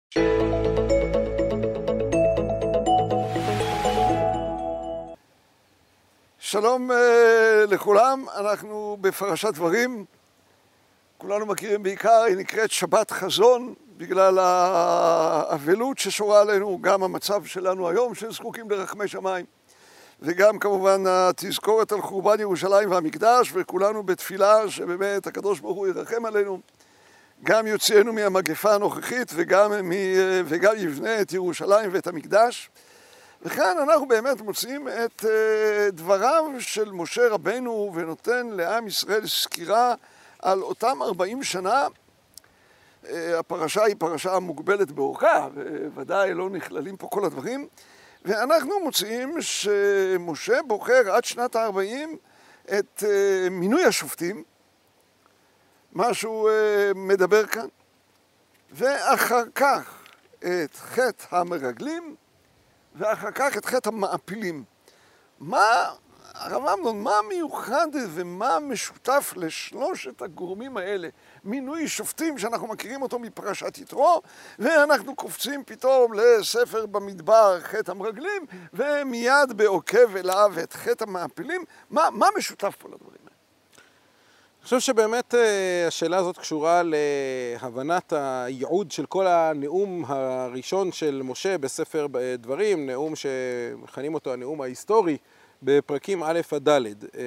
שלום לכולם, אנחנו בפרשת דברים, כולנו מכירים בעיקר, היא נקראת שבת חזון, בגלל האבלות ששורה עלינו, גם המצב שלנו היום שזקוקים לרחמי שמיים, וגם כמובן התזכורת על חורבן ירושלים והמקדש, וכולנו בתפילה שבאמת הקדוש ברוך הוא ירחם עלינו, גם יוציאנו מהמגפה הנוכחית וגם יבנה את ירושלים ואת המקדש. וכאן אנחנו באמת מוצאים את דבריו של משה רבנו ונותן לעם ישראל סקירה על אותם 40 שנה. הפרשה היא פרשה מוגבלת באורכה, וודאי לא נכללים פה כל הדברים. ואנחנו מוצאים שמשה בוחר עד שנת ה-40 את מינוי השופטים, מה שהוא מדבר כאן, ואחר כך את חטא המרגלים, ואחר כך את חטא המעפילים. הרב אמנון, מה מיוחד ומה משותף לשלושת הגורמים האלה? מינוי שופטים שאנחנו מכירים אותו מפרשת יתרו, ואנחנו קופצים פתאום לספר במדבר חטא המרגלים, ומיד בעוקב אליו את חטא המעפילים. מה משותף פה לדברים האלה? אני חושב שבאמת השאלה הזאת קשורה להבנת הייעוד של כל הנאום הראשון של משה בספר דברים, נאום שמכנים אותו הנאום ההיסטורי בפרקים א' עד ד'.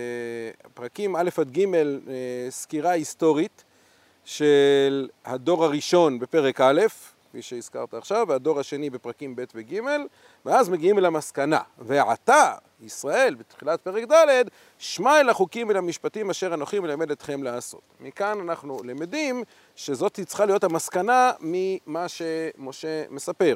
פרקים א' עד ג' סקירה היסטורית של הדור הראשון בפרק א', כפי שהזכרת עכשיו, והדור השני בפרקים ב' וג', ואז מגיעים אל המסקנה. ועתה, ישראל, בתחילת פרק ד', שמע אל החוקים ואל המשפטים אשר אנוכי מלמד אתכם לעשות. מכאן אנחנו למדים שזאת צריכה להיות המסקנה ממה שמשה מספר.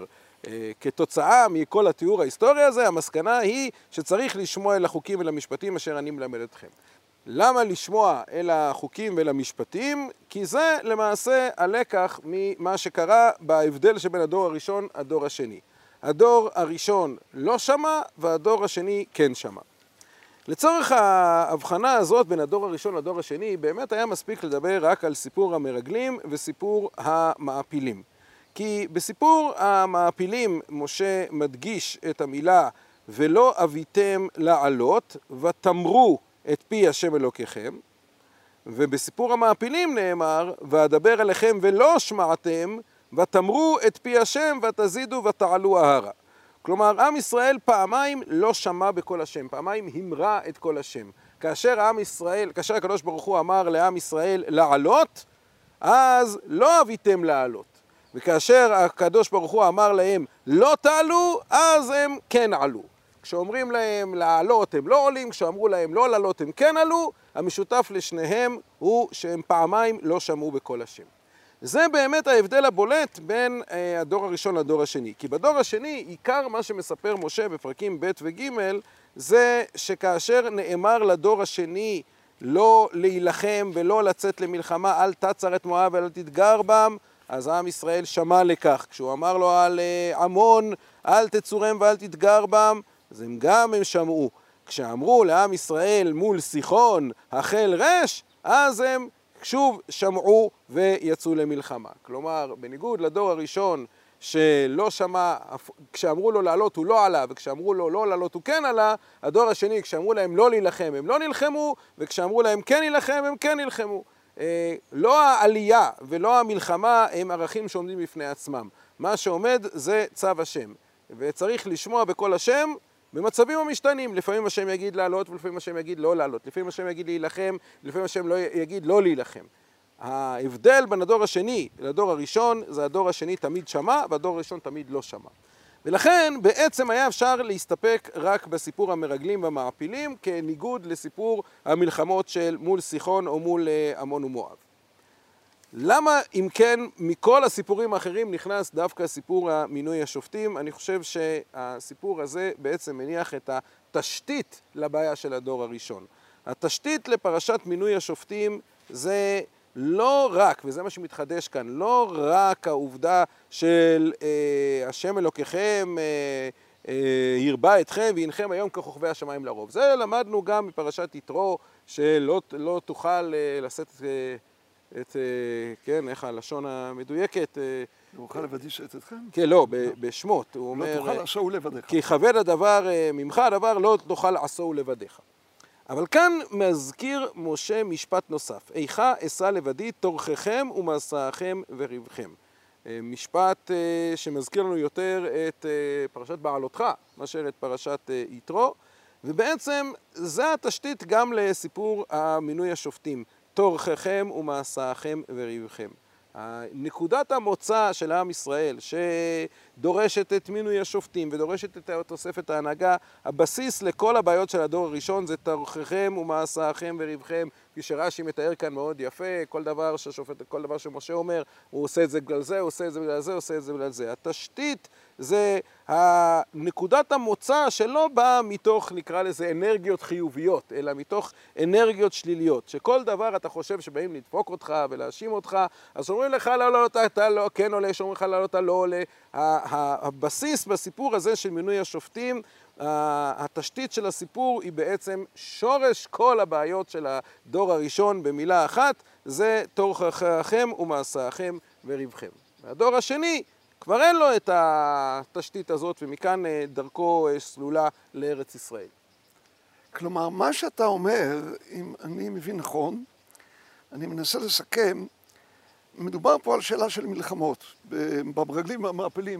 כתוצאה מכל התיאור ההיסטורי הזה, המסקנה היא שצריך לשמוע אל החוקים ואל המשפטים אשר אני מלמד אתכם. למה לשמוע אל החוקים ואל המשפטים? כי זה למעשה הלקח ממה שקרה בהבדל שבין הדור הראשון לדור השני. הדור הראשון לא שמע והדור השני כן שמע. לצורך ההבחנה הזאת בין הדור הראשון לדור השני, באמת היה מספיק לדבר רק על סיפור המרגלים וסיפור המעפילים. כי בסיפור המעפילים משה מדגיש את המילה ולא אביתם לעלות ותמרו את פי השם אלוקיכם, ובסיפור המעפילים נאמר ואדבר אליכם ולא שמעתם ותמרו את פי השם ותזידו ותעלו ההרה. כלומר, עם ישראל פעמיים לא שמע בקול השם, פעמיים המרה את קול השם. כאשר הקדוש ברוך הוא אמר לעם ישראל לעלות, אז לא אביתם לעלות. וכאשר הקדוש ברוך הוא אמר להם לא תעלו, אז הם כן עלו. כשאומרים להם לעלות הם לא עולים, כשאמרו להם לא לעלות הם כן עלו, המשותף לשניהם הוא שהם פעמיים לא שמעו בקול השם. זה באמת ההבדל הבולט בין הדור הראשון לדור השני. כי בדור השני, עיקר מה שמספר משה בפרקים ב' וג' זה שכאשר נאמר לדור השני לא להילחם ולא לצאת למלחמה, אל תצר את מואב ואל תתגר בם, אז עם ישראל שמע לכך. כשהוא אמר לו על עמון, אל תצורם ואל תתגר בם, אז הם שמעו. כשאמרו לעם ישראל מול סיחון, החל רש, אז הם שוב שמעו ויצאו למלחמה. כלומר, בניגוד לדור הראשון שלא שמע, כשאמרו לו לעלות הוא לא עלה, וכשאמרו לו לא לעלות הוא כן עלה, הדור השני, כשאמרו להם לא להילחם הם לא נלחמו, וכשאמרו להם כן להילחם הם כן נלחמו. לא העלייה ולא המלחמה הם ערכים שעומדים בפני עצמם. מה שעומד זה צו השם. וצריך לשמוע בקול השם במצבים המשתנים. לפעמים השם יגיד לעלות ולפעמים השם יגיד לא לעלות. לפעמים השם יגיד להילחם, לפעמים השם יגיד לא להילחם. ההבדל בין הדור השני לדור הראשון זה הדור השני תמיד שמע והדור הראשון תמיד לא שמע. ולכן בעצם היה אפשר להסתפק רק בסיפור המרגלים והמעפילים כניגוד לסיפור המלחמות של מול סיחון או מול עמון ומואב. למה אם כן מכל הסיפורים האחרים נכנס דווקא סיפור המינוי השופטים? אני חושב שהסיפור הזה בעצם מניח את התשתית לבעיה של הדור הראשון. התשתית לפרשת מינוי השופטים זה לא רק, וזה מה שמתחדש כאן, לא רק העובדה של השם אלוקיכם ירבה אתכם וינכם היום ככוכבי השמיים לרוב. זה למדנו גם מפרשת יתרו, שלא תוכל לשאת את, כן, איך הלשון המדויקת, ואוכל לבדי שאת אתכם? כן, לא, בשמות. הוא לא אומר, תוכל לעשהו לבדיך. כי כבד הדבר ממך, הדבר לא תוכל לעשהו לבדיך. אבל כאן מזכיר משה משפט נוסף. איכה אשא לבדי תורככם ומסעכם וריבכם. משפט שמזכיר לנו יותר את פרשת בעלותך, מאשר את פרשת יתרו, ובעצם זה התשתית גם לסיפור המינוי השופטים. תורככם ומסעכם וריבכם. נקודת המוצא של עם ישראל, שדורשת את מינוי השופטים ודורשת את תוספת ההנהגה, הבסיס לכל הבעיות של הדור הראשון זה תורככם ומסעכם וריבכם, כפי שרש"י מתאר כאן מאוד יפה, כל דבר שמשה אומר, הוא עושה את זה בגלל זה, הוא עושה את זה בגלל זה, הוא עושה את זה בגלל זה. התשתית זה נקודת המוצא שלא באה מתוך, נקרא לזה, אנרגיות חיוביות, אלא מתוך אנרגיות שליליות, שכל דבר אתה חושב שבאים לדפוק אותך ולהאשים אותך, אז אומרים לך, לא, אתה לא, כן עולה, שאומרים לך, לא, אתה לא עולה. הבסיס בסיפור הזה של מינוי השופטים, התשתית של הסיפור היא בעצם שורש כל הבעיות של הדור הראשון במילה אחת, זה תורככם ומסעכם וריבכם. והדור השני, כבר אין לו את התשתית הזאת, ומכאן דרכו סלולה לארץ ישראל. כלומר, מה שאתה אומר, אם אני מבין נכון, אני מנסה לסכם, מדובר פה על שאלה של מלחמות. במרגלים המעפלים,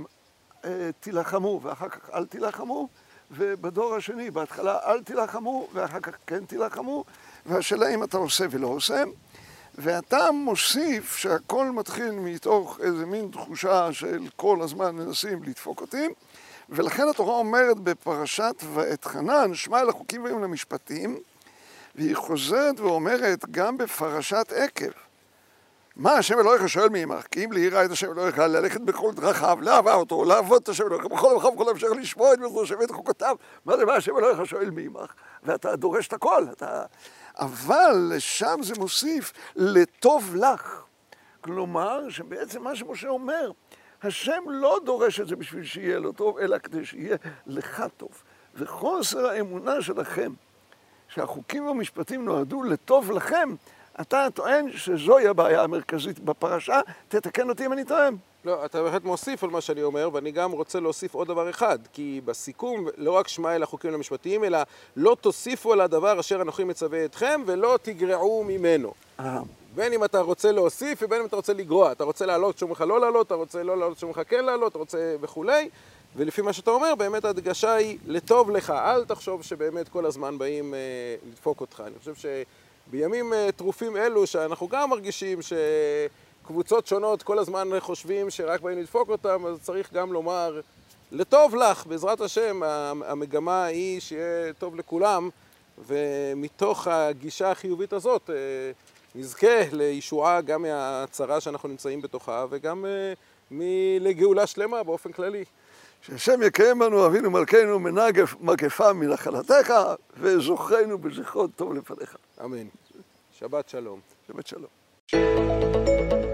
תילחמו ואחר כך אל תילחמו, ובדור השני, בהתחלה אל תילחמו ואחר כך כן תילחמו, והשאלה אם אתה עושה ולא עושה. ואתה מוסיף שהכל מתחיל מתוך איזה מין תחושה של כל הזמן מנסים לדפוק אותי, ולכן התורה אומרת בפרשת ואתחנן, שמע אל החוקים והיו למשפטים, והיא חוזרת ואומרת גם בפרשת עקב, מה השם אלוהיך שואל מעמך? כי אם ליראה את השם אלוהיך ללכת בכל דרכיו, לאהבה אותו, לעבוד את השם אלוהיך, בכל דבר ובכל המשך לשמוע את מזרשו ואת חוקותיו, מה זה מה השם אלוהיך שואל מעמך? ואתה דורש את הכל, אבל לשם זה מוסיף לטוב לך. כלומר, שבעצם מה שמשה אומר, השם לא דורש את זה בשביל שיהיה לו טוב, אלא כדי שיהיה לך טוב. וחוסר האמונה שלכם, שהחוקים והמשפטים נועדו לטוב לכם, אתה טוען שזוהי הבעיה המרכזית בפרשה, תתקן אותי אם אני טוען. לא, אתה בהחלט מוסיף על מה שאני אומר, ואני גם רוצה להוסיף עוד דבר אחד, כי בסיכום לא רק שמע אל החוקים למשפטיים, אלא לא תוסיפו על הדבר אשר אנוכי מצווה אתכם, ולא תגרעו ממנו. בין אם אתה רוצה להוסיף, ובין אם אתה רוצה לגרוע. אתה רוצה לעלות שאומרך לא לעלות, אתה רוצה לא לעלות שאומרך כן לעלות, אתה רוצה וכולי. ולפי מה שאתה אומר, באמת ההדגשה היא לטוב לך. אל תחשוב שבאמת כל הזמן באים לדפוק אותך. אני חושב שבימים טרופים אלו, שאנחנו גם מרגישים קבוצות שונות כל הזמן חושבים שרק באים לדפוק אותם, אז צריך גם לומר, לטוב לך, בעזרת השם, המגמה היא שיהיה טוב לכולם, ומתוך הגישה החיובית הזאת נזכה לישועה גם מהצרה שאנחנו נמצאים בתוכה, וגם לגאולה שלמה באופן כללי. שהשם יקיים בנו אבינו מלכנו מגפה מנחלתך, וזוכרנו בזכרות טוב לפניך. אמן. שבת שלום. שבת שלום.